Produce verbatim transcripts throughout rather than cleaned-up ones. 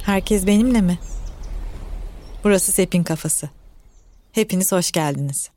Herkes benimle mi? Burası Sepin Kafası. Hepiniz hoş geldiniz.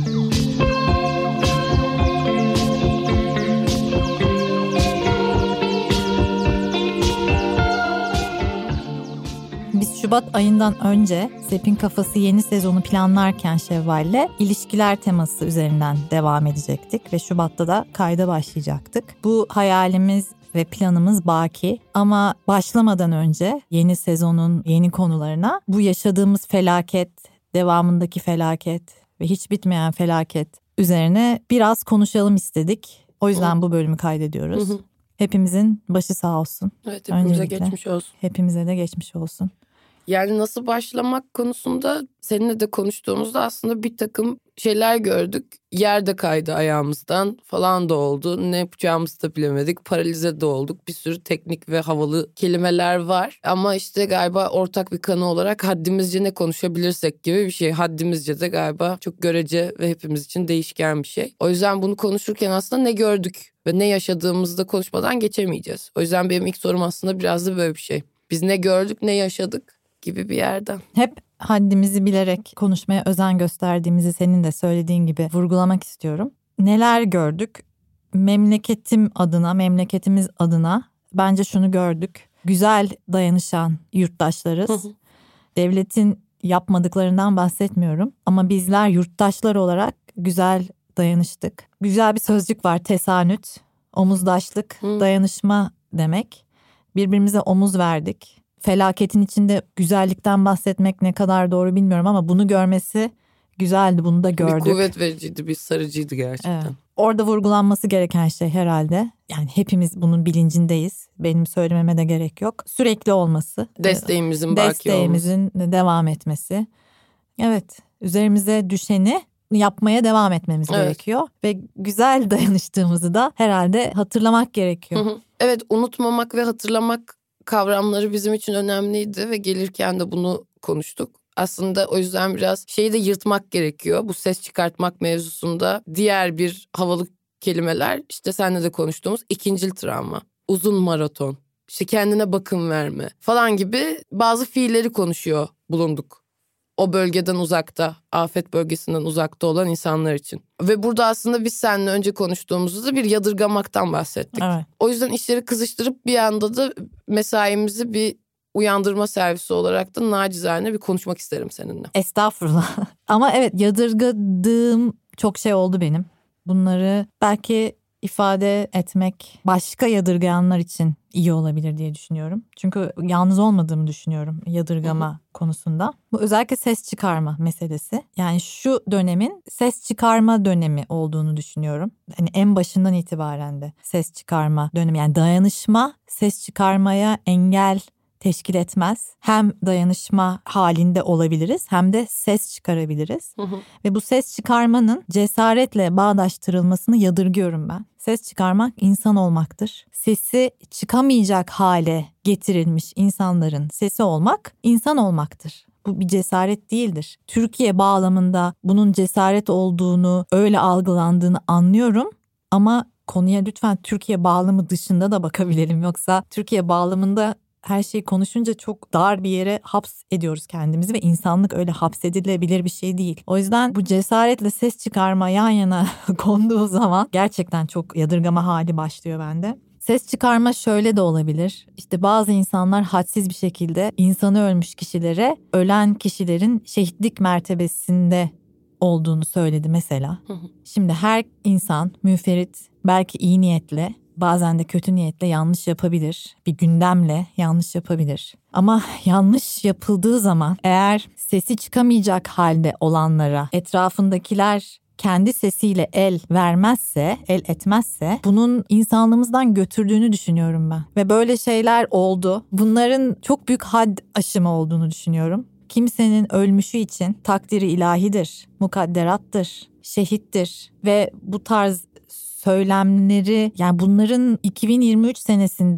Biz Şubat ayından önce Sepin Kafası yeni sezonu planlarken Şevval'le ilişkiler teması üzerinden devam edecektik ve Şubat'ta da kayda başlayacaktık. Bu hayalimiz ve planımız baki ama başlamadan önce yeni sezonun yeni konularına bu yaşadığımız felaket, devamındaki felaket ve hiç bitmeyen felaket üzerine biraz konuşalım istedik. O yüzden bu bölümü kaydediyoruz. Hı hı. Hepimizin başı sağ olsun. Evet, hepimize öncelikle geçmiş olsun. Hepimize de geçmiş olsun. Yani nasıl başlamak konusunda seninle de konuştuğumuzda aslında bir takım şeyler gördük. Yerde kaydı ayağımızdan falan da oldu. Ne yapacağımızı da bilemedik. Paralize de olduk. Bir sürü teknik ve havalı kelimeler var. Ama işte galiba ortak bir kanı olarak haddimizce ne konuşabilirsek gibi bir şey. Haddimizce de galiba çok görece ve hepimiz için değişken bir şey. O yüzden bunu konuşurken aslında ne gördük ve ne yaşadığımızı da konuşmadan geçemeyeceğiz. O yüzden benim ilk sorum aslında biraz da böyle bir şey. Biz ne gördük, ne yaşadık gibi bir yerden. Hep haddimizi bilerek konuşmaya özen gösterdiğimizi senin de söylediğin gibi vurgulamak istiyorum. Neler gördük? Memleketim adına, memleketimiz adına bence şunu gördük. Güzel dayanışan yurttaşlarız. Devletin yapmadıklarından bahsetmiyorum ama bizler yurttaşlar olarak güzel dayanıştık. Güzel bir sözcük var, tesanüt, omuzdaşlık, Hı. dayanışma demek. Birbirimize omuz verdik. Felaketin içinde güzellikten bahsetmek ne kadar doğru bilmiyorum ama bunu görmesi güzeldi. Bunu da gördük. Bir kuvvet vericiydi, bir sarıcıydı gerçekten. Evet. Orada vurgulanması gereken şey herhalde, yani hepimiz bunun bilincindeyiz. Benim söylememe de gerek yok. Sürekli olması. Desteğimizin baki olması. Desteğimizin devam etmesi. Evet, üzerimize düşeni yapmaya devam etmemiz evet. gerekiyor. Ve güzel dayanıştığımızı da herhalde hatırlamak gerekiyor. Hı hı. Evet, unutmamak ve hatırlamak kavramları bizim için önemliydi ve gelirken de bunu konuştuk. Aslında o yüzden biraz şeyi de yırtmak gerekiyor. Bu ses çıkartmak mevzusunda diğer bir havalı kelimeler, işte seninle de konuştuğumuz ikincil travma, uzun maraton, işte kendine bakım verme falan gibi bazı fiilleri konuşuyor bulunduk. O bölgeden uzakta, afet bölgesinden uzakta olan insanlar için. Ve burada aslında biz seninle önce konuştuğumuzda bir yadırgamaktan bahsettik. Evet. O yüzden işleri kızıştırıp bir anda da mesaimizi bir uyandırma servisi olarak da nacizane bir konuşmak isterim seninle. Estağfurullah. Ama evet, yadırgadığım çok şey oldu benim. Bunları belki ifade etmek başka yadırgayanlar için iyi olabilir diye düşünüyorum. Çünkü yalnız olmadığımı düşünüyorum yadırgama Hı-hı. konusunda. Bu özellikle ses çıkarma meselesi. Yani şu dönemin ses çıkarma dönemi olduğunu düşünüyorum. Hani en başından itibaren de ses çıkarma dönemi. Yani dayanışma ses çıkarmaya engel teşkil etmez. Hem dayanışma halinde olabiliriz hem de ses çıkarabiliriz. Hı hı. Ve bu ses çıkarmanın cesaretle bağdaştırılmasını yadırgıyorum ben. Ses çıkarmak insan olmaktır. Sesi çıkamayacak hale getirilmiş insanların sesi olmak insan olmaktır. Bu bir cesaret değildir. Türkiye bağlamında bunun cesaret olduğunu, öyle algılandığını anlıyorum ama konuya lütfen Türkiye bağlamı dışında da bakabilelim. Yoksa Türkiye bağlamında her şeyi konuşunca çok dar bir yere haps ediyoruz kendimizi ve insanlık öyle hapsedilebilir bir şey değil. O yüzden bu cesaretle ses çıkarma yan yana konduğu zaman gerçekten çok yadırgama hali başlıyor bende. Ses çıkarma şöyle de olabilir. İşte bazı insanlar hadsiz bir şekilde insanı ölmüş kişilere ölen kişilerin şehitlik mertebesinde olduğunu söyledi mesela. Şimdi her insan müferit, belki iyi niyetle, bazen de kötü niyetle yanlış yapabilir. Bir gündemle yanlış yapabilir. Ama yanlış yapıldığı zaman eğer sesi çıkamayacak halde olanlara etrafındakiler kendi sesiyle el vermezse, el etmezse bunun insanlığımızdan götürdüğünü düşünüyorum ben. Ve böyle şeyler oldu. Bunların çok büyük had aşımı olduğunu düşünüyorum. Kimsenin ölmüşü için takdiri ilahidir, mukadderattır, şehittir ve bu tarz söylemleri, yani bunların iki bin yirmi üç senesinde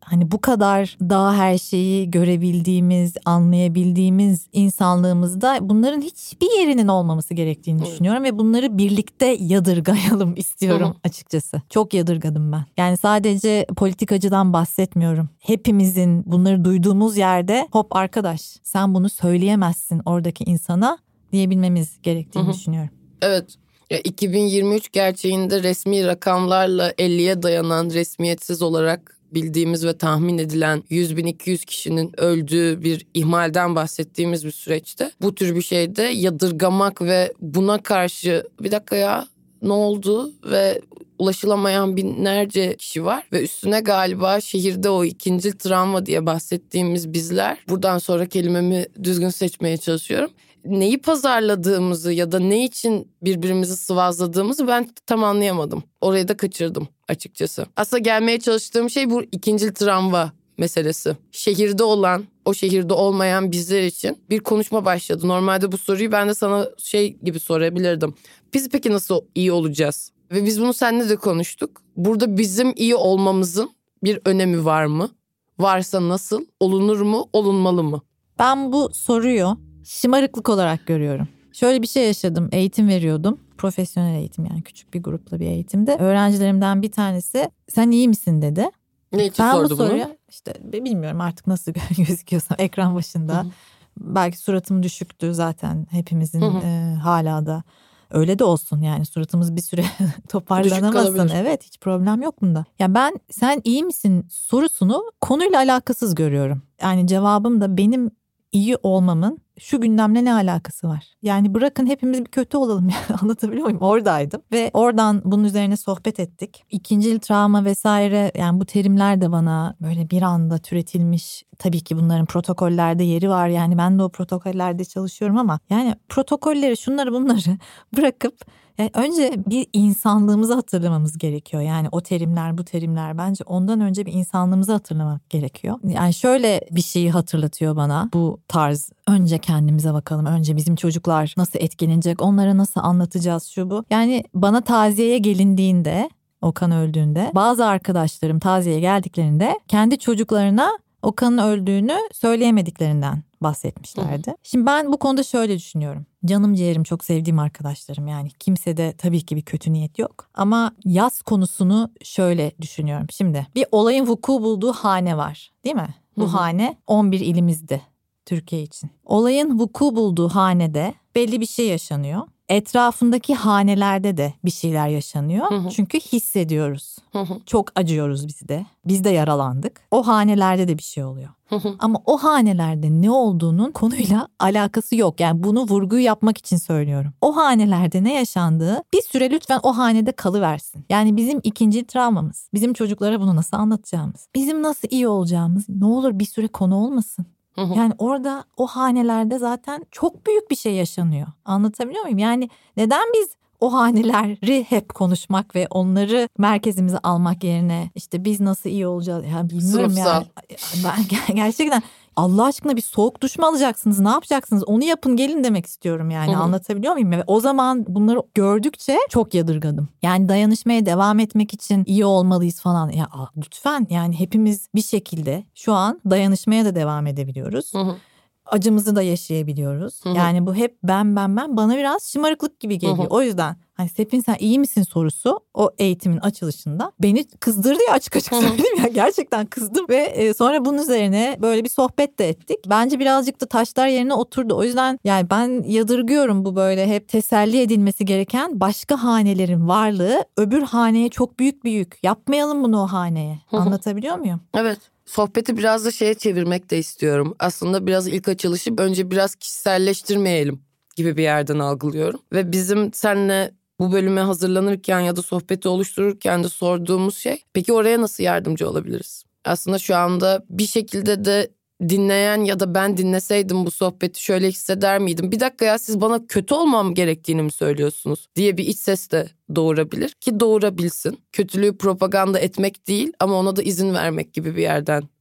hani bu kadar daha her şeyi görebildiğimiz, anlayabildiğimiz insanlığımızda bunların hiçbir yerinin olmaması gerektiğini evet. düşünüyorum ve bunları birlikte yadırgayalım istiyorum Hı-hı. açıkçası. Çok yadırgadım ben. Yani sadece politikacıdan bahsetmiyorum. Hepimizin bunları duyduğumuz yerde hop arkadaş sen bunu söyleyemezsin oradaki insana diyebilmemiz gerektiğini Hı-hı. düşünüyorum. Evet. Ya iki bin yirmi üç gerçeğinde resmi rakamlarla elliye dayanan resmiyetsiz olarak bildiğimiz ve tahmin edilen yüz bin iki yüz kişinin öldüğü bir ihmalden bahsettiğimiz bir süreçte bu tür bir şeyde yadırgamak ve buna karşı bir dakika ya ne oldu ve ulaşılamayan binlerce kişi var ve üstüne galiba şehirde o ikinci travma diye bahsettiğimiz bizler, buradan sonra kelimemi düzgün seçmeye çalışıyorum. Neyi pazarladığımızı ya da ne için birbirimizi sıvazladığımızı ben tam anlayamadım. Orayı da kaçırdım açıkçası. Aslında gelmeye çalıştığım şey bu ikinci travma meselesi. Şehirde olan, o şehirde olmayan bizler için bir konuşma başladı. Normalde bu soruyu ben de sana şey gibi sorabilirdim. Biz peki nasıl iyi olacağız? Ve biz bunu seninle de konuştuk. Burada bizim iyi olmamızın bir önemi var mı? Varsa nasıl? Olunur mu? Olunmalı mı? Ben bu soruyu şımarıklık olarak görüyorum. Şöyle bir şey yaşadım. Eğitim veriyordum. Profesyonel eğitim yani küçük bir grupla bir eğitimde. Öğrencilerimden bir tanesi sen iyi misin dedi. Ne için ben sordu bu soruya, bunu? İşte bilmiyorum artık nasıl gözüküyorsam ekran başında. Hı-hı. Belki suratım düşüktü zaten hepimizin e, hala da. Öyle de olsun yani suratımız bir süre toparlanamasın. Evet hiç problem yok bunda. Ya ben sen iyi misin sorusunu konuyla alakasız görüyorum. Yani cevabım da benim iyi olmamın şu gündemle ne alakası var? Yani bırakın hepimiz bir kötü olalım yani anlatabiliyor muyum? Oradaydım ve oradan bunun üzerine sohbet ettik. İkincil travma vesaire yani bu terimler de bana böyle bir anda türetilmiş. Tabii ki bunların protokollerde yeri var yani ben de o protokollerde çalışıyorum ama yani protokolleri şunları bunları bırakıp yani önce bir insanlığımızı hatırlamamız gerekiyor. Yani o terimler bu terimler bence ondan önce bir insanlığımızı hatırlamak gerekiyor. Yani şöyle bir şeyi hatırlatıyor bana bu tarz. Önce kendimize bakalım. Önce bizim çocuklar nasıl etkilenecek? Onlara nasıl anlatacağız şu bu? Yani bana taziyeye gelindiğinde Okan öldüğünde bazı arkadaşlarım taziyeye geldiklerinde kendi çocuklarına Okan'ın öldüğünü söyleyemediklerinden bahsetmişlerdi. Hı. Şimdi ben bu konuda şöyle düşünüyorum. Canım ciğerim çok sevdiğim arkadaşlarım yani kimsede tabii ki bir kötü niyet yok. Ama yas konusunu şöyle düşünüyorum. Şimdi bir olayın vuku bulduğu hane var değil mi? Bu Hı. hane on bir ilimizde Türkiye için. Olayın vuku bulduğu hanede belli bir şey yaşanıyor. Etrafındaki hanelerde de bir şeyler yaşanıyor. Hı hı. Çünkü hissediyoruz. Hı hı. Çok acıyoruz biz de. Biz de yaralandık. O hanelerde de bir şey oluyor. Hı hı. Ama o hanelerde ne olduğunun konuyla alakası yok. Yani bunu vurguyu yapmak için söylüyorum. O hanelerde ne yaşandığı bir süre lütfen o hanede kalıversin. Yani bizim ikinci travmamız. Bizim çocuklara bunu nasıl anlatacağımız. Bizim nasıl iyi olacağımız ne olur bir süre konu olmasın. Yani orada o hanelerde zaten çok büyük bir şey yaşanıyor. Anlatabiliyor muyum? Yani neden biz o haneleri hep konuşmak ve onları merkezimize almak yerine işte biz nasıl iyi olacağız? Ya bilmiyorum Sınıfsal. Yani. Ben gerçekten Allah aşkına bir soğuk duş mu alacaksınız? Ne yapacaksınız? Onu yapın gelin demek istiyorum yani. Hı-hı. Anlatabiliyor muyum? Ve o zaman bunları gördükçe çok yadırgadım. Yani dayanışmaya devam etmek için iyi olmalıyız falan. Ya lütfen yani hepimiz bir şekilde şu an dayanışmaya da devam edebiliyoruz. Hı-hı. Acımızı da yaşayabiliyoruz. Hı-hı. Yani bu hep ben ben ben bana biraz şımarıklık gibi geliyor. Hı-hı. O yüzden hani Sepin sen iyi misin sorusu o eğitimin açılışında beni kızdırdı ya açık açık söyleyeyim ya gerçekten kızdım ve sonra bunun üzerine böyle bir sohbet de ettik. Bence birazcık da taşlar yerine oturdu. O yüzden yani ben yadırgıyorum bu böyle hep teselli edilmesi gereken başka hanelerin varlığı öbür haneye çok büyük büyük. Yapmayalım bunu o haneye. Hı-hı. Anlatabiliyor muyum? Evet. Sohbeti biraz da şeye çevirmek de istiyorum. Aslında biraz ilk açılışı önce biraz kişiselleştirmeyelim gibi bir yerden algılıyorum. Ve bizim seninle bu bölüme hazırlanırken ya da sohbeti oluştururken de sorduğumuz şey peki oraya nasıl yardımcı olabiliriz? Aslında şu anda bir şekilde de dinleyen ya da ben dinleseydim bu sohbeti şöyle hisseder miydim? Bir dakika ya siz bana kötü olmam gerektiğini mi söylüyorsunuz diye bir iç ses de doğurabilir ki doğurabilsin. Kötülüğü propaganda etmek değil ama ona da izin vermek gibi bir yerden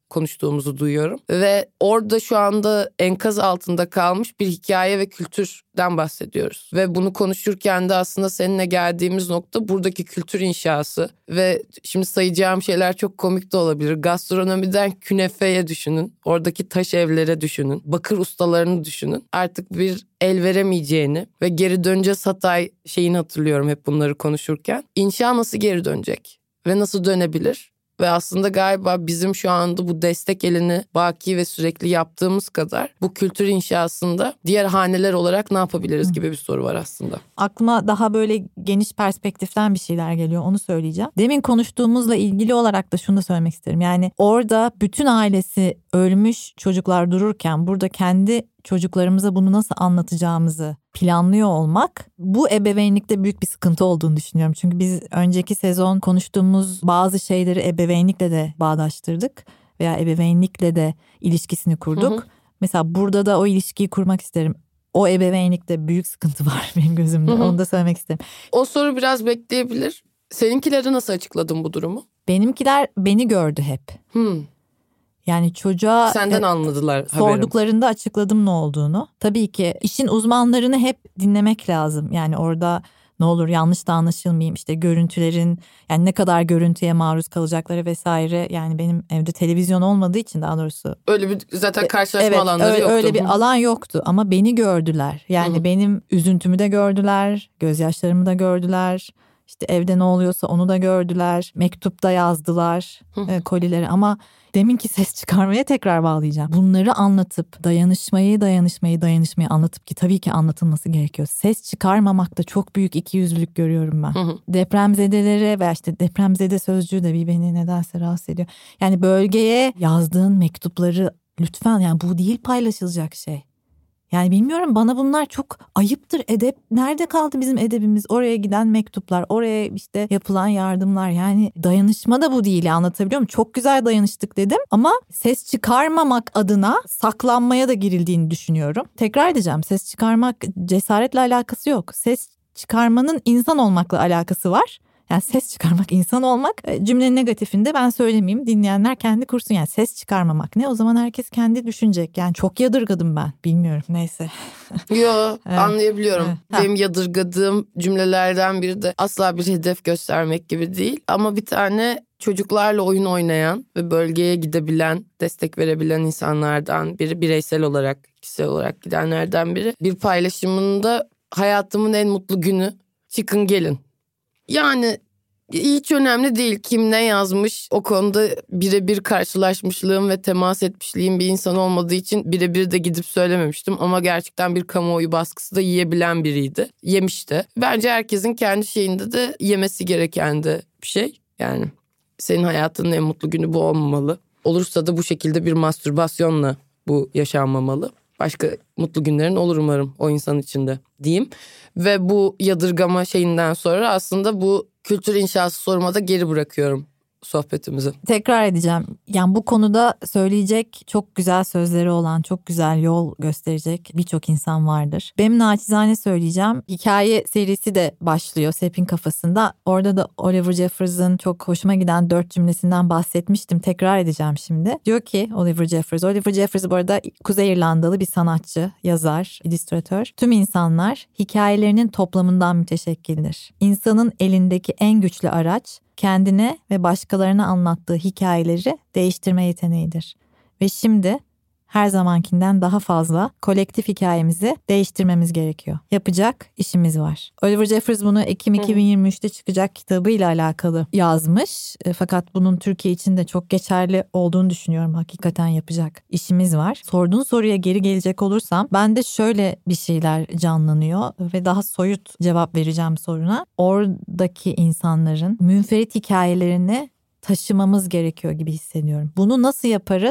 konuştuğumuzu duyuyorum. Ve orada şu anda enkaz altında kalmış bir hikaye ve kültürden bahsediyoruz. Ve bunu konuşurken de aslında seninle geldiğimiz nokta buradaki kültür inşası. Ve şimdi sayacağım şeyler çok komik de olabilir. Gastronomiden künefeye düşünün. Oradaki taş evlere düşünün. Bakır ustalarını düşünün. Artık bir el veremeyeceğini ve geri döneceğiz Hatay şeyini hatırlıyorum hep bunları konuşurken. İnşa nasıl geri dönecek ve nasıl dönebilir? Ve aslında galiba bizim şu anda bu destek elini baki ve sürekli yaptığımız kadar bu kültür inşasında diğer haneler olarak ne yapabiliriz gibi bir soru var aslında. Aklıma daha böyle geniş perspektiften bir şeyler geliyor, onu söyleyeceğim. Demin konuştuğumuzla ilgili olarak da şunu da söylemek isterim. Yani orada bütün ailesi ölmüş çocuklar dururken burada kendi çocuklarımıza bunu nasıl anlatacağımızı planlıyor olmak, bu ebeveynlikte büyük bir sıkıntı olduğunu düşünüyorum. Çünkü biz önceki sezon konuştuğumuz bazı şeyleri ebeveynlikle de bağdaştırdık veya ebeveynlikle de ilişkisini kurduk. Hı hı. Mesela burada da o ilişkiyi kurmak isterim. O ebeveynlikte büyük sıkıntı var benim gözümde. Hı hı. Onu da söylemek isterim. O soru biraz bekleyebilir. Seninkileri nasıl açıkladın bu durumu? Benimkiler beni gördü hep. Hı. Yani çocuğa senden e, anladılar sorduklarında haberim. Açıkladım ne olduğunu. Tabii ki işin uzmanlarını hep dinlemek lazım. Yani orada ne olur yanlış da anlaşılmayayım, işte görüntülerin yani ne kadar görüntüye maruz kalacakları vesaire. Yani benim evde televizyon olmadığı için daha doğrusu. Öyle bir zaten karşılaşma evet, alanları öyle, yoktu. Öyle bir alan yoktu ama beni gördüler. Yani Hı-hı. benim üzüntümü de gördüler, gözyaşlarımı da gördüler. İşte evde ne oluyorsa onu da gördüler. Mektupta yazdılar e, kolileri ama deminki ses çıkarmaya tekrar bağlayacağım. Bunları anlatıp dayanışmayı dayanışmayı dayanışmayı anlatıp ki tabii ki anlatılması gerekiyor. Ses çıkarmamakta çok büyük ikiyüzlülük görüyorum ben. Hı hı. Depremzedelere veya işte depremzede sözcüğü de bir beni nedense rahatsız ediyor. Yani bölgeye yazdığın mektupları lütfen, yani bu değil paylaşılacak şey. Yani bilmiyorum, bana bunlar çok ayıptır. Edep nerede kaldı bizim edebimiz? Oraya giden mektuplar, oraya işte yapılan yardımlar. Yani dayanışma da bu değil, anlatabiliyor muyum? Çok güzel dayanıştık dedim ama ses çıkarmamak adına saklanmaya da girildiğini düşünüyorum. Tekrar edeceğim, ses çıkarmak cesaretle alakası yok. Ses çıkarmanın insan olmakla alakası var. Yani ses çıkarmak insan olmak, cümlenin negatifinde ben söylemeyeyim, dinleyenler kendi kursun. Yani ses çıkarmamak ne? O zaman herkes kendi düşünecek. Yani çok yadırgadım ben, bilmiyorum, neyse. Yo evet. Anlayabiliyorum. Evet. Benim yadırgadığım cümlelerden biri de asla bir hedef göstermek gibi değil. Ama bir tane çocuklarla oyun oynayan ve bölgeye gidebilen, destek verebilen insanlardan biri, bireysel olarak, kişisel olarak gidenlerden biri. Bir paylaşımında hayatımın en mutlu günü, çıkın gelin. Yani hiç önemli değil kim ne yazmış, o konuda birebir karşılaşmışlığım ve temas etmişliğim bir insan olmadığı için birebir de gidip söylememiştim. Ama gerçekten bir kamuoyu baskısı da yiyebilen biriydi. Yemişti. Bence herkesin kendi şeyinde de yemesi gereken de bir şey. Yani senin hayatının en mutlu günü bu olmamalı. Olursa da bu şekilde bir mastürbasyonla bu yaşanmamalı. Başka mutlu günlerin olur umarım o insan içinde diyeyim. Ve bu yadırgama şeyinden sonra aslında bu kültür inşası soruma da geri bırakıyorum sohbetimizi. Tekrar edeceğim. Yani bu konuda söyleyecek çok güzel sözleri olan, çok güzel yol gösterecek birçok insan vardır. Benim naçizane söyleyeceğim. Hikaye serisi de başlıyor Sep'in kafasında. Orada da Oliver Jeffers'ın çok hoşuma giden dört cümlesinden bahsetmiştim. Tekrar edeceğim şimdi. Diyor ki Oliver Jeffers. Oliver Jeffers bu arada Kuzey İrlandalı bir sanatçı, yazar, illüstratör. Tüm insanlar hikayelerinin toplamından müteşekkildir. İnsanın elindeki en güçlü araç kendine ve başkalarına anlattığı hikayeleri değiştirme yeteneğidir. Ve şimdi her zamankinden daha fazla kolektif hikayemizi değiştirmemiz gerekiyor. Yapacak işimiz var. Oliver Jeffers bunu Ekim iki bin yirmi üçte çıkacak kitabıyla alakalı yazmış. E, fakat bunun Türkiye için de çok geçerli olduğunu düşünüyorum. Hakikaten yapacak işimiz var. Sorduğun soruya geri gelecek olursam ben de şöyle bir şeyler canlanıyor ve daha soyut cevap vereceğim soruna. Oradaki insanların münferit hikayelerini taşımamız gerekiyor gibi hissediyorum. Bunu nasıl yaparız?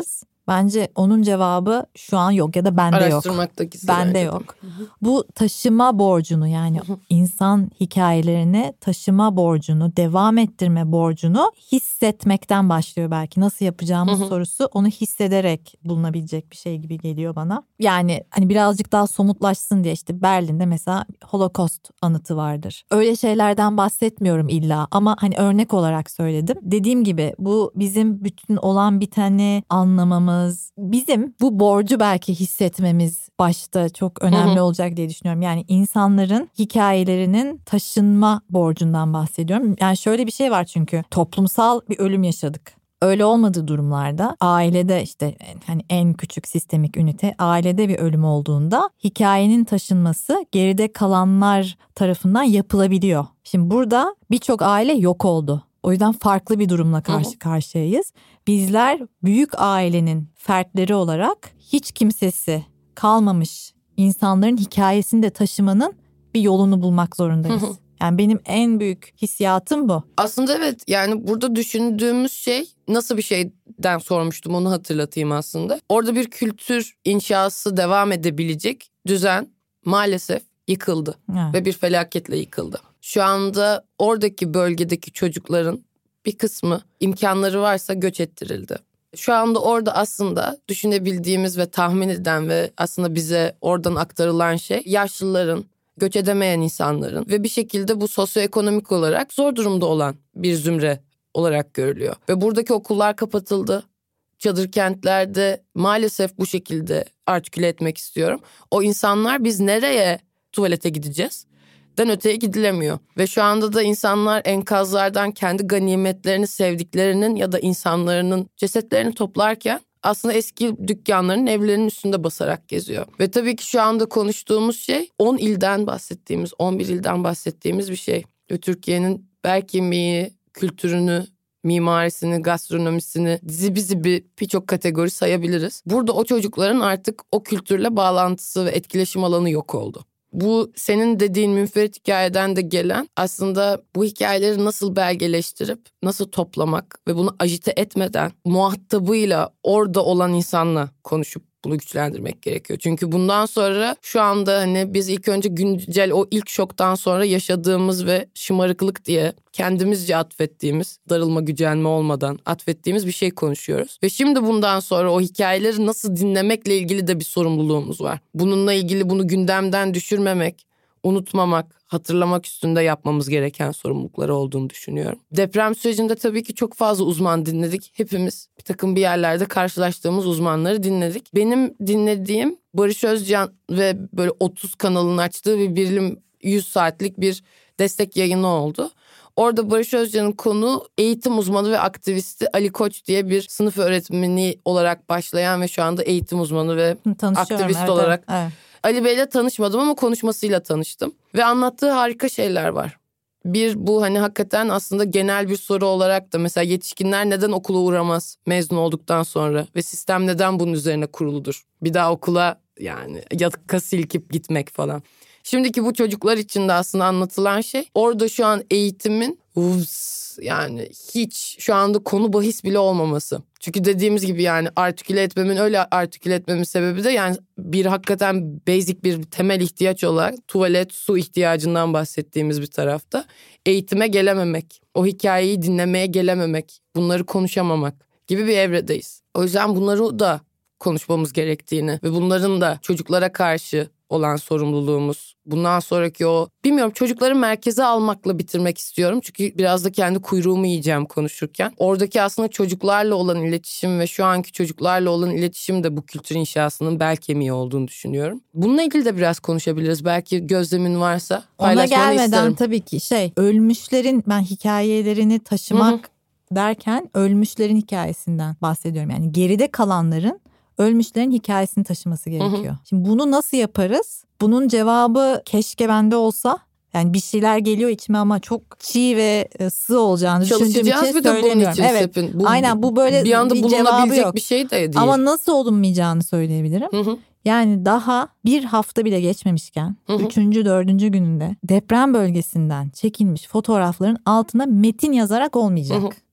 Bence onun cevabı şu an yok ya da bende yok. Araştırmaktaki bende yok. Bu taşıma borcunu, yani insan hikayelerini taşıma borcunu, devam ettirme borcunu hissetmekten başlıyor belki. Nasıl yapacağımız sorusu onu hissederek bulunabilecek bir şey gibi geliyor bana. Yani hani birazcık daha somutlaşsın diye işte Berlin'de mesela Holocaust anıtı vardır. Öyle şeylerden bahsetmiyorum illa ama hani örnek olarak söyledim. Dediğim gibi bu bizim bütün olan biteni anlamamız, bizim bu borcu belki hissetmemiz başta çok önemli hı hı. olacak diye düşünüyorum. Yani insanların hikayelerinin taşınma borcundan bahsediyorum. Yani şöyle bir şey var, çünkü toplumsal bir ölüm yaşadık. Öyle olmadığı durumlarda ailede işte hani en küçük sistemik ünite ailede bir ölüm olduğunda hikayenin taşınması geride kalanlar tarafından yapılabiliyor. Şimdi burada birçok aile yok oldu. O yüzden farklı bir durumla karşı karşıyayız. Bizler büyük ailenin fertleri olarak hiç kimsesi kalmamış insanların hikayesini de taşımanın bir yolunu bulmak zorundayız. Yani benim en büyük hissiyatım bu. Aslında evet, yani burada düşündüğümüz şey nasıl bir şeyden sormuştum, onu hatırlatayım aslında. Orada bir kültür inşası devam edebilecek düzen maalesef yıkıldı evet. ve bir felaketle yıkıldı. Şu anda oradaki bölgedeki çocukların bir kısmı imkanları varsa göç ettirildi. Şu anda orada aslında düşünebildiğimiz ve tahmin eden ve aslında bize oradan aktarılan şey yaşlıların, göç edemeyen insanların ve bir şekilde bu sosyoekonomik olarak zor durumda olan bir zümre olarak görülüyor. Ve buradaki okullar kapatıldı. Çadır kentlerde maalesef bu şekilde artiküle etmek istiyorum. O insanlar biz nereye tuvalete gideceğiz? Den öteye gidilemiyor. Ve şu anda da insanlar enkazlardan kendi ganimetlerini, sevdiklerinin ya da insanların cesetlerini toplarken aslında eski dükkanların, evlerinin üstünde basarak geziyor. Ve tabii ki şu anda konuştuğumuz şey on ilden bahsettiğimiz, on bir ilden bahsettiğimiz bir şey. Ve Türkiye'nin belki mi kültürünü, mimarisini, gastronomisini, dizi bizi bir birçok kategori sayabiliriz. Burada o çocukların artık o kültürle bağlantısı ve etkileşim alanı yok oldu. Bu senin dediğin münferit hikayeden de gelen aslında bu hikayeleri nasıl belgeleştirip nasıl toplamak ve bunu ajite etmeden muhatabıyla orada olan insanla konuşup bunu güçlendirmek gerekiyor. Çünkü bundan sonra şu anda hani biz ilk önce güncel o ilk şoktan sonra yaşadığımız ve şımarıklık diye kendimizce atfettiğimiz, darılma gücenme olmadan atfettiğimiz bir şey konuşuyoruz. Ve şimdi bundan sonra o hikayeleri nasıl dinlemekle ilgili de bir sorumluluğumuz var. Bununla ilgili bunu gündemden düşürmemek, unutmamak, hatırlamak üstünde yapmamız gereken sorumlulukları olduğunu düşünüyorum. Deprem sürecinde tabii ki çok fazla uzman dinledik. Hepimiz bir takım bir yerlerde karşılaştığımız uzmanları dinledik. Benim dinlediğim Barış Özcan ve böyle otuz kanalın açtığı bir Bilim yüz saatlik bir destek yayını oldu. Orada Barış Özcan'ın konu eğitim uzmanı ve aktivisti Ali Koç diye bir sınıf öğretmeni olarak başlayan ve şu anda eğitim uzmanı ve aktivist evet, olarak... Evet. Ali Bey'le tanışmadım ama konuşmasıyla tanıştım. Ve anlattığı harika şeyler var. Bir bu hani hakikaten aslında genel bir soru olarak da mesela yetişkinler neden okula uğramaz mezun olduktan sonra? Ve sistem neden bunun üzerine kuruludur? Bir daha okula yani yaka silkip gitmek falan. Şimdiki bu çocuklar için de aslında anlatılan şey orada şu an eğitimin uvs, yani hiç şu anda konu bahis bile olmaması. Çünkü dediğimiz gibi yani artiküle etmemin öyle artiküle etmemin sebebi de yani bir hakikaten basic bir temel ihtiyaç olarak tuvalet, su ihtiyacından bahsettiğimiz bir tarafta eğitime gelememek, o hikayeyi dinlemeye gelememek, bunları konuşamamak gibi bir evredeyiz. O yüzden bunları da konuşmamız gerektiğini ve bunların da çocuklara karşı olan sorumluluğumuz. Bundan sonraki o bilmiyorum çocukları merkeze almakla bitirmek istiyorum. Çünkü biraz da kendi kuyruğumu yiyeceğim konuşurken. Oradaki aslında çocuklarla olan iletişim ve şu anki çocuklarla olan iletişim de bu kültür inşasının bel kemiği olduğunu düşünüyorum. Bununla ilgili de biraz konuşabiliriz. Belki gözlemin varsa paylaşmanı Ona gelmeden isterim. Tabii ki şey ölmüşlerin ben hikayelerini taşımak Hı-hı. derken ölmüşlerin hikayesinden bahsediyorum. Yani geride kalanların ölmüşlerin hikayesini taşıması gerekiyor. Hı hı. Şimdi bunu nasıl yaparız? Bunun cevabı keşke bende olsa. Yani bir şeyler geliyor içime ama çok çiğ ve sığ olacağını düşündüğüm için söylemiyorum. Evet. Bu, Aynen bu böyle bir anda bir cevabı yok. Bir şey de değil. Ama nasıl olunmayacağını söyleyebilirim. Hı hı. Yani daha bir hafta bile geçmemişken hı hı. üçüncü, dördüncü gününde deprem bölgesinden çekilmiş fotoğrafların altına metin yazarak olmayacak. Hı hı.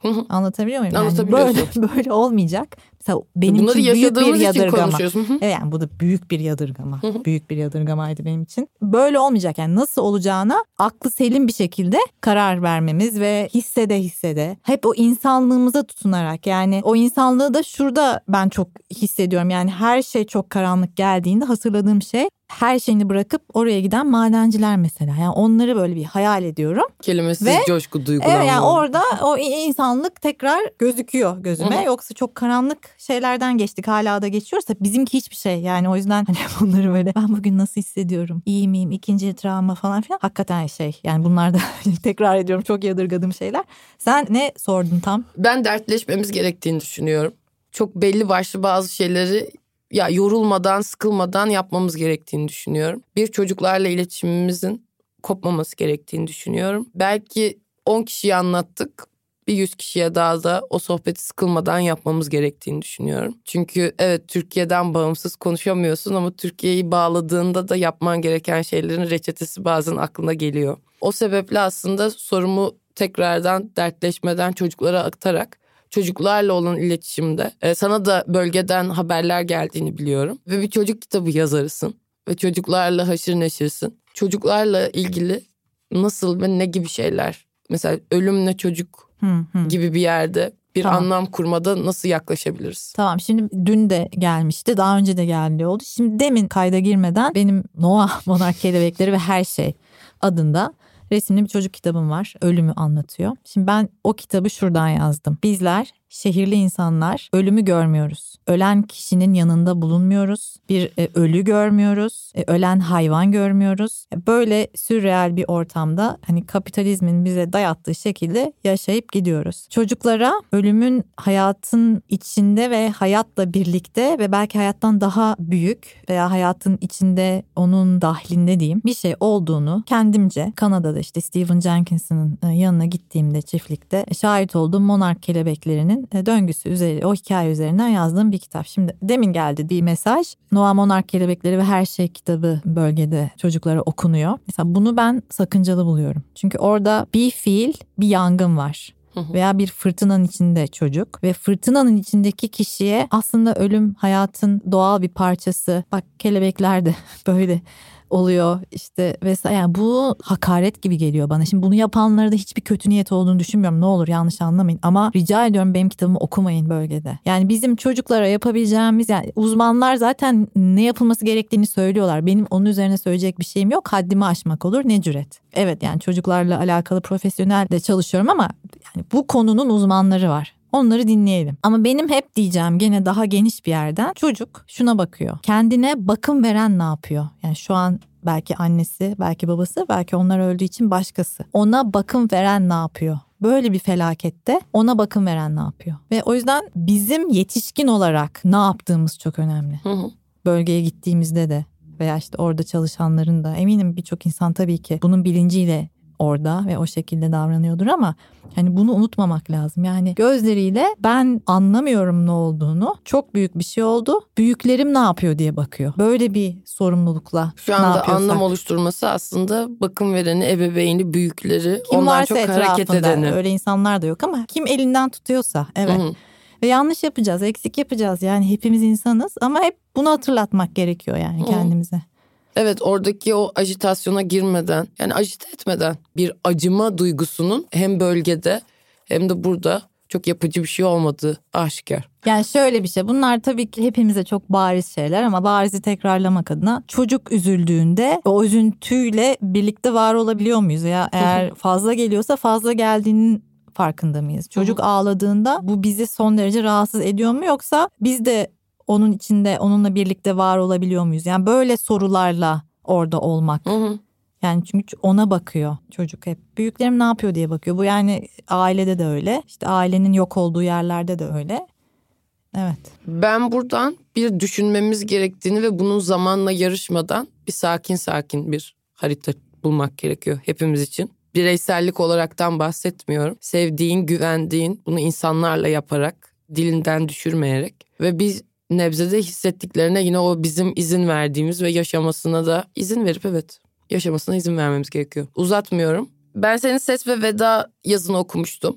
Anlatabiliyor muyum? Yani böyle böyle olmayacak. Mesela benim bunları için büyük bir yadırgama. Evet, yani bu da büyük bir yadırgama. büyük bir yadırgamaydı benim için. Böyle olmayacak. Yani nasıl olacağına aklı selim bir şekilde karar vermemiz ve hissede hissede hep o insanlığımıza tutunarak, yani o insanlığı da şurada ben çok hissediyorum. Yani her şey çok karanlık geldiğinde hatırladığım şey, her şeyini bırakıp oraya giden madenciler mesela. Yani onları böyle bir hayal ediyorum. Kelimesiz ve, coşku duygulanma. Evet, yani orada o insanlık tekrar gözüküyor gözüme. Hı-hı. Yoksa çok karanlık şeylerden geçtik, hala da geçiyorsa bizimki hiçbir şey. Yani o yüzden hani bunları böyle, ben bugün nasıl hissediyorum, iyi miyim, ikinci travma falan filan. Hakikaten şey, yani bunlar da tekrar ediyorum, çok yadırgadığım şeyler. Sen ne sordun tam? Ben dertleşmemiz gerektiğini düşünüyorum. Çok belli başlı bazı şeyleri ya yorulmadan, sıkılmadan yapmamız gerektiğini düşünüyorum. Bir, çocuklarla iletişimimizin kopmaması gerektiğini düşünüyorum. Belki on kişiye anlattık, bir yüz kişiye daha da o sohbeti sıkılmadan yapmamız gerektiğini düşünüyorum. Çünkü evet, Türkiye'den bağımsız konuşamıyorsun ama Türkiye'yi bağladığında da yapman gereken şeylerin reçetesi bazen aklına geliyor. O sebeple aslında sorumu tekrardan dertleşmeden çocuklara aktarak, çocuklarla olan iletişimde e, sana da bölgeden haberler geldiğini biliyorum. Ve bir çocuk kitabı yazarısın ve çocuklarla haşır neşirsin. Çocuklarla ilgili nasıl ve ne gibi şeyler, mesela ölümle çocuk hı hı. gibi bir yerde bir tamam. anlam kurmada nasıl yaklaşabiliriz? Tamam, şimdi dün de gelmişti, daha önce de geldi oldu. Şimdi demin kayda girmeden benim Noah, Monark Kelebekleri ve Her Şey adında resimli bir çocuk kitabım var. Ölümü anlatıyor. Şimdi ben o kitabı şuradan yazdım. Bizler şehirli insanlar ölümü görmüyoruz. Ölen kişinin yanında bulunmuyoruz. Bir e, ölü görmüyoruz. E, ölen hayvan görmüyoruz. E, böyle sürreal bir ortamda hani kapitalizmin bize dayattığı şekilde yaşayıp gidiyoruz. Çocuklara ölümün hayatın içinde ve hayatla birlikte ve belki hayattan daha büyük veya hayatın içinde, onun dahilinde diyeyim, bir şey olduğunu kendimce Kanada'da işte Stephen Jenkins'in yanına gittiğimde çiftlikte şahit olduğum Monark Kelebeklerinin döngüsü üzeri, o hikaye üzerinden yazdığım bir kitap. Şimdi demin geldi bir mesaj. Noah, Monark Kelebekleri ve Her Şey kitabı bölgede çocuklara okunuyor. Mesela bunu ben sakıncalı buluyorum. Çünkü orada bir fiil, bir yangın var. Veya bir fırtınanın içinde çocuk ve fırtınanın içindeki kişiye aslında ölüm hayatın doğal bir parçası. Bak, kelebekler de böyle oluyor işte vesaire. Yani bu hakaret gibi geliyor bana. Şimdi bunu yapanlara da hiçbir kötü niyet olduğunu düşünmüyorum. Ne olur yanlış anlamayın. Ama rica ediyorum, benim kitabımı okumayın bölgede. Yani bizim çocuklara yapabileceğimiz, yani uzmanlar zaten ne yapılması gerektiğini söylüyorlar. Benim onun üzerine söyleyecek bir şeyim yok. Haddimi aşmak olur, ne cüret. Evet, yani çocuklarla alakalı profesyonel de çalışıyorum ama yani bu konunun uzmanları var. Onları dinleyelim. Ama benim hep diyeceğim, gene daha geniş bir yerden, çocuk şuna bakıyor. Kendine bakım veren ne yapıyor? Yani şu an belki annesi, belki babası, belki onlar öldüğü için başkası. Ona bakım veren ne yapıyor? Böyle bir felakette ona bakım veren ne yapıyor? Ve o yüzden bizim yetişkin olarak ne yaptığımız çok önemli. Hı hı. Bölgeye gittiğimizde de veya işte orada çalışanların da, eminim birçok insan tabii ki bunun bilinciyle orada ve o şekilde davranıyordur ama hani bunu unutmamak lazım. Yani gözleriyle ben anlamıyorum ne olduğunu, çok büyük bir şey oldu, büyüklerim ne yapıyor diye bakıyor. Böyle bir sorumlulukla şu anda anlam oluşturması aslında bakım vereni, ebeveyni, büyükleri, kim ondan çok hareket edeni. Öyle insanlar da yok ama kim elinden tutuyorsa, evet. Hı-hı. Ve yanlış yapacağız, eksik yapacağız, yani hepimiz insanız ama hep bunu hatırlatmak gerekiyor yani kendimize. Hı. Evet, oradaki o ajitasyona girmeden, yani ajite etmeden bir acıma duygusunun hem bölgede hem de burada çok yapıcı bir şey olmadığı aşikar. Yani şöyle bir şey, bunlar tabii ki hepimize çok bariz şeyler ama barizi tekrarlamak adına, çocuk üzüldüğünde o üzüntüyle birlikte var olabiliyor muyuz? Ya eğer fazla geliyorsa fazla geldiğinin farkında mıyız? Çocuk Hı-hı. ağladığında bu bizi son derece rahatsız ediyor mu, yoksa biz de onun içinde onunla birlikte var olabiliyor muyuz? Yani böyle sorularla orada olmak. Hı hı. Yani çünkü ona bakıyor çocuk hep. Büyüklerim ne yapıyor diye bakıyor. Bu yani ailede de öyle. İşte ailenin yok olduğu yerlerde de öyle. Evet. Ben buradan bir düşünmemiz gerektiğini ve bunun zamanla yarışmadan bir sakin sakin bir harita bulmak gerekiyor hepimiz için. Bireysellik olaraktan bahsetmiyorum. Sevdiğin, güvendiğin, bunu insanlarla yaparak, dilinden düşürmeyerek ve biz nebzede hissettiklerine yine o bizim izin verdiğimiz ve yaşamasına da izin verip evet yaşamasına izin vermemiz gerekiyor. Uzatmıyorum. Ben senin Ses ve Veda yazını okumuştum.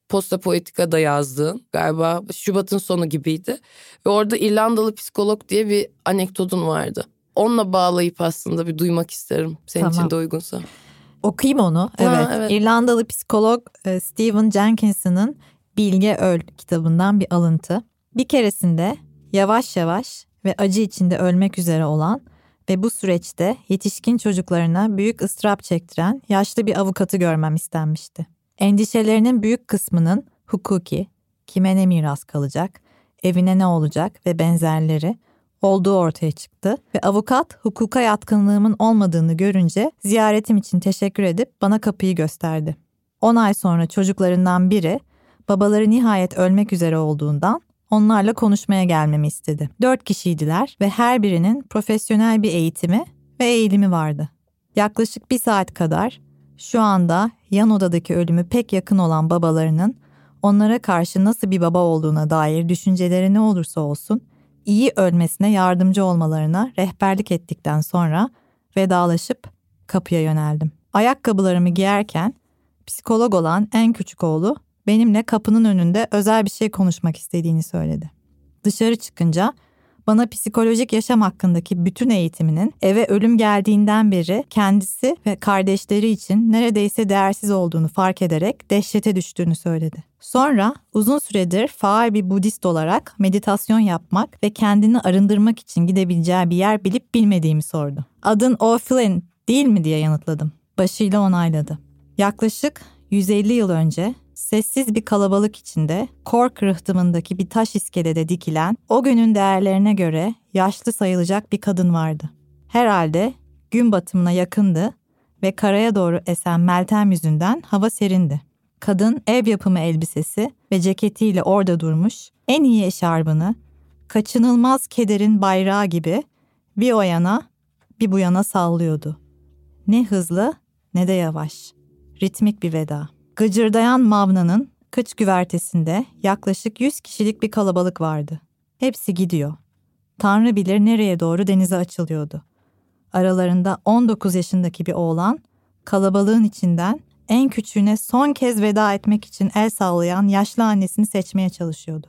Posta Poetika'da yazdığın, galiba Şubat'ın sonu gibiydi. Ve orada İrlandalı psikolog diye bir anekdotun vardı. Onunla bağlayıp aslında bir duymak isterim. Senin Tamam. için de uygunsa. Okuyayım onu. Evet. Ha, evet. İrlandalı psikolog Stephen Jenkinson'ın Bilge Öl kitabından bir alıntı. Bir keresinde yavaş yavaş ve acı içinde ölmek üzere olan ve bu süreçte yetişkin çocuklarına büyük ıstırap çektiren yaşlı bir avukatı görmem istenmişti. Endişelerinin büyük kısmının hukuki, kime ne miras kalacak, evine ne olacak ve benzerleri olduğu ortaya çıktı ve avukat hukuka yatkınlığımın olmadığını görünce ziyaretim için teşekkür edip bana kapıyı gösterdi. On ay sonra çocuklarından biri babaları nihayet ölmek üzere olduğundan onlarla konuşmaya gelmemi istedi. Dört kişiydiler ve her birinin profesyonel bir eğitimi ve eğilimi vardı. Yaklaşık bir saat kadar şu anda yan odadaki ölümü pek yakın olan babalarının onlara karşı nasıl bir baba olduğuna dair düşünceleri ne olursa olsun iyi ölmesine yardımcı olmalarına rehberlik ettikten sonra vedalaşıp kapıya yöneldim. Ayakkabılarımı giyerken psikolog olan en küçük oğlu benimle kapının önünde özel bir şey konuşmak istediğini söyledi. Dışarı çıkınca bana psikolojik yaşam hakkındaki bütün eğitiminin eve ölüm geldiğinden beri kendisi ve kardeşleri için neredeyse değersiz olduğunu fark ederek dehşete düştüğünü söyledi. Sonra uzun süredir faal bir Budist olarak meditasyon yapmak ve kendini arındırmak için gidebileceği bir yer bilip bilmediğimi sordu. Adın O'Flynn değil mi diye yanıtladım. Başıyla onayladı. Yaklaşık yüz elli yıl önce sessiz bir kalabalık içinde Cork rıhtımındaki bir taş iskelede dikilen o günün değerlerine göre yaşlı sayılacak bir kadın vardı. Herhalde gün batımına yakındı ve karaya doğru esen meltem yüzünden hava serindi. Kadın ev yapımı elbisesi ve ceketiyle orada durmuş, en iyi eşarbını kaçınılmaz kederin bayrağı gibi bir o yana bir bu yana sallıyordu. Ne hızlı ne de yavaş. Ritmik bir veda. Gıcırdayan Mavna'nın kıç güvertesinde yaklaşık yüz kişilik bir kalabalık vardı. Hepsi gidiyor. Tanrı bilir nereye doğru denize açılıyordu. Aralarında on dokuz yaşındaki bir oğlan, kalabalığın içinden en küçüğüne son kez veda etmek için el sallayan yaşlı annesini seçmeye çalışıyordu.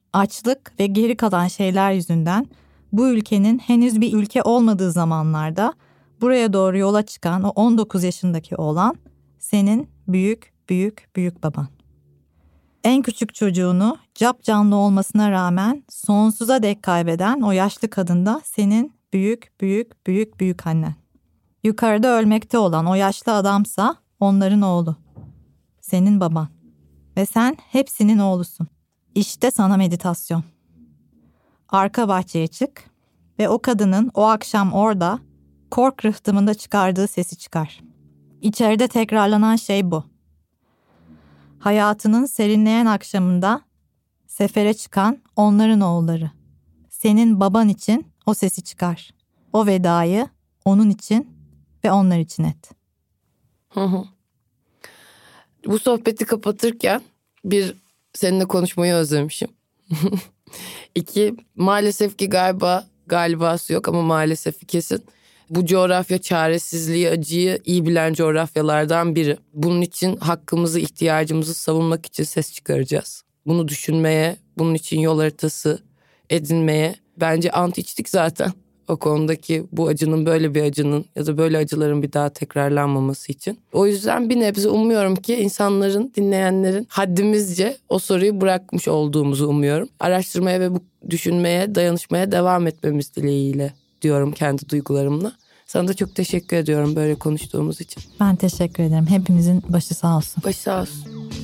Açlık ve geri kalan şeyler yüzünden bu ülkenin henüz bir ülke olmadığı zamanlarda buraya doğru yola çıkan o on dokuz yaşındaki oğlan senin büyük büyük büyük baban. En küçük çocuğunu capcanlı olmasına rağmen sonsuza dek kaybeden o yaşlı kadın da senin büyük büyük büyük büyük annen. Yukarıda ölmekte olan o yaşlı adamsa onların oğlu. Senin baban. Ve sen hepsinin oğlusun. İşte sana meditasyon. Arka bahçeye çık ve o kadının o akşam orada Cork rıhtımında çıkardığı sesi çıkar. İçeride tekrarlanan şey bu. Hayatının serinleyen akşamında sefere çıkan onların oğulları. Senin baban için o sesi çıkar. O vedayı onun için ve onlar için et. Hı hı. Bu sohbeti kapatırken bir, seninle konuşmayı özlemişim. İki, maalesef ki galiba galibası yok ama maalesef kesin. Bu coğrafya çaresizliği, acıyı iyi bilen coğrafyalardan biri. Bunun için hakkımızı, ihtiyacımızı savunmak için ses çıkaracağız. Bunu düşünmeye, bunun için yol haritası edinmeye bence ant içtik zaten. O konudaki bu acının, böyle bir acının ya da böyle acıların bir daha tekrarlanmaması için. O yüzden bir nebze umuyorum ki insanların, dinleyenlerin haddimizce o soruyu bırakmış olduğumuzu umuyorum. Araştırmaya ve bu düşünmeye, dayanışmaya devam etmemiz dileğiyle diyorum kendi duygularımla. Sana da çok teşekkür ediyorum böyle konuştuğumuz için. Ben teşekkür ederim. Hepimizin başı sağ olsun. Başı sağ olsun.